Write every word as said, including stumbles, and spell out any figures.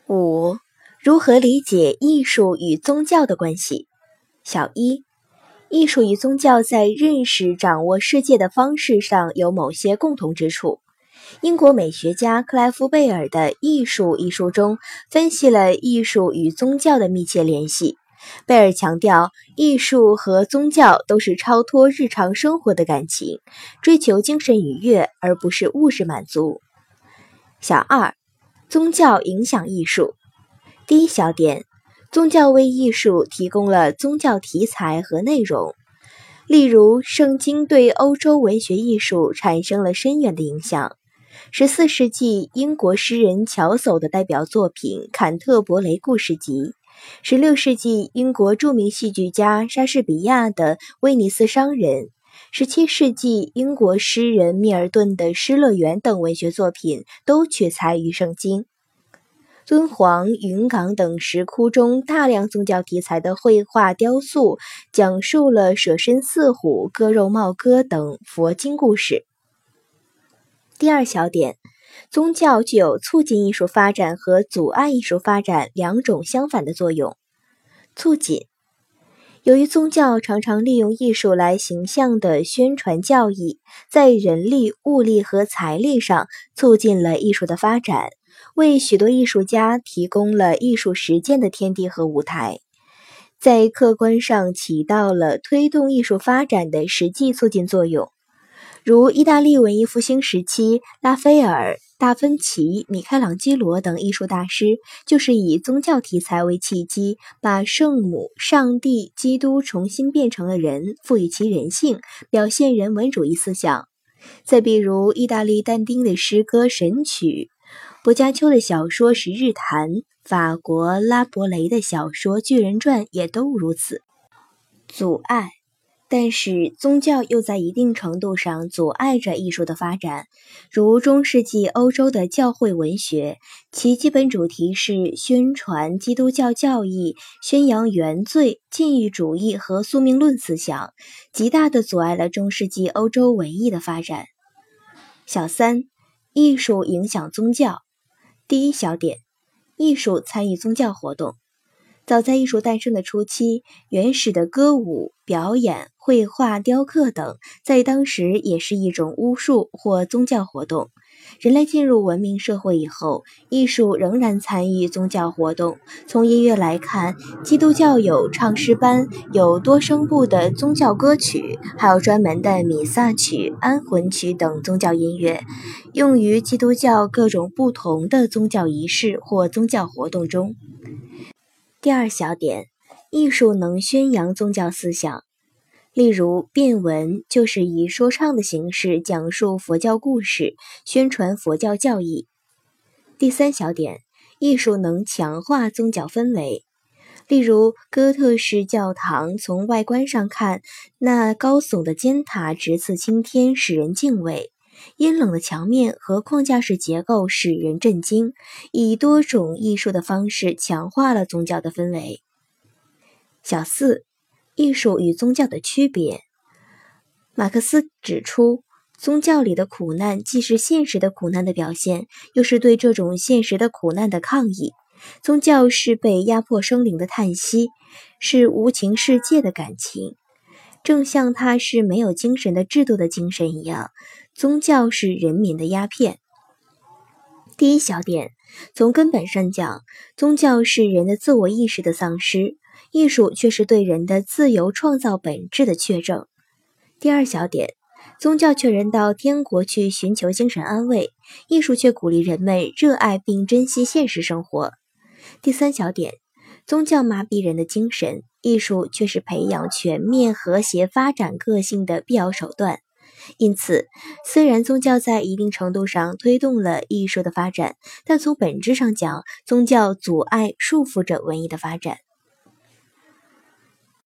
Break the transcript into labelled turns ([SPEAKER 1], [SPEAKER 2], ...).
[SPEAKER 1] 五、如何理解艺术与宗教的关系？小一、艺术与宗教在认识、掌握世界的方式上有某些共同之处。英国美学家克莱夫贝尔的《艺术》一书中分析了艺术与宗教的密切联系。贝尔强调，艺术和宗教都是超脱日常生活的感情，追求精神愉悦，而不是物质满足。小二、宗教影响艺术。第一小点，宗教为艺术提供了宗教题材和内容。例如，圣经对欧洲文学艺术产生了深远的影响。十四世纪英国诗人乔叟的代表作品《坎特伯雷故事集》，十六世纪英国著名戏剧家莎士比亚的《威尼斯商人》，十七世纪英国诗人密尔顿的《失乐园》等文学作品都取材于圣经。敦煌、云冈等石窟中大量宗教题材的绘画雕塑，讲述了舍身饲虎、割肉帽鸽等佛经故事。第二小点，宗教具有促进艺术发展和阻碍艺术发展两种相反的作用。促进，由于宗教常常利用艺术来形象地宣传教义，在人力、物力和财力上促进了艺术的发展，为许多艺术家提供了艺术实践的天地和舞台，在客观上起到了推动艺术发展的实际促进作用。如意大利文艺复兴时期，拉斐尔、达芬奇、米开朗基罗等艺术大师就是以宗教题材为契机，把圣母、上帝、基督重新变成了人，赋予其人性，表现人文主义思想。再比如意大利但丁的诗歌《神曲》，薄伽丘的小说《十日谈》，法国拉伯雷的小说《巨人传》也都如此。阻碍，但是宗教又在一定程度上阻碍着艺术的发展，如中世纪欧洲的教会文学，其基本主题是宣传基督教教义，宣扬原罪、禁欲主义和宿命论思想，极大地阻碍了中世纪欧洲文艺的发展。小三、艺术影响宗教。第一小点，艺术参与宗教活动。早在艺术诞生的初期，原始的歌舞、表演、绘画、雕刻等，在当时也是一种巫术或宗教活动。人类进入文明社会以后，艺术仍然参与宗教活动。从音乐来看，基督教有唱诗班，有多声部的宗教歌曲，还有专门的弥撒曲、安魂曲等宗教音乐，用于基督教各种不同的宗教仪式或宗教活动中。第二小点，艺术能宣扬宗教思想。例如辩文就是以说唱的形式讲述佛教故事，宣传佛教教义。第三小点，艺术能强化宗教氛围。例如哥特式教堂，从外观上看，那高耸的尖塔直刺青天，使人敬畏；阴冷的墙面和框架式结构使人震惊，以多种艺术的方式强化了宗教的氛围。小四、艺术与宗教的区别。马克思指出，宗教里的苦难既是现实的苦难的表现，又是对这种现实的苦难的抗议。宗教是被压迫生灵的叹息，是无情世界的感情。正像它是没有精神的制度的精神一样，宗教是人民的鸦片。第一小点，从根本上讲，宗教是人的自我意识的丧失，艺术却是对人的自由创造本质的确证。第二小点，宗教劝人到天国去寻求精神安慰，艺术却鼓励人们热爱并珍惜现实生活。第三小点，宗教麻痹人的精神，艺术却是培养全面和谐发展个性的必要手段。因此，虽然宗教在一定程度上推动了艺术的发展，但从本质上讲，宗教阻碍、束缚着文艺的发展。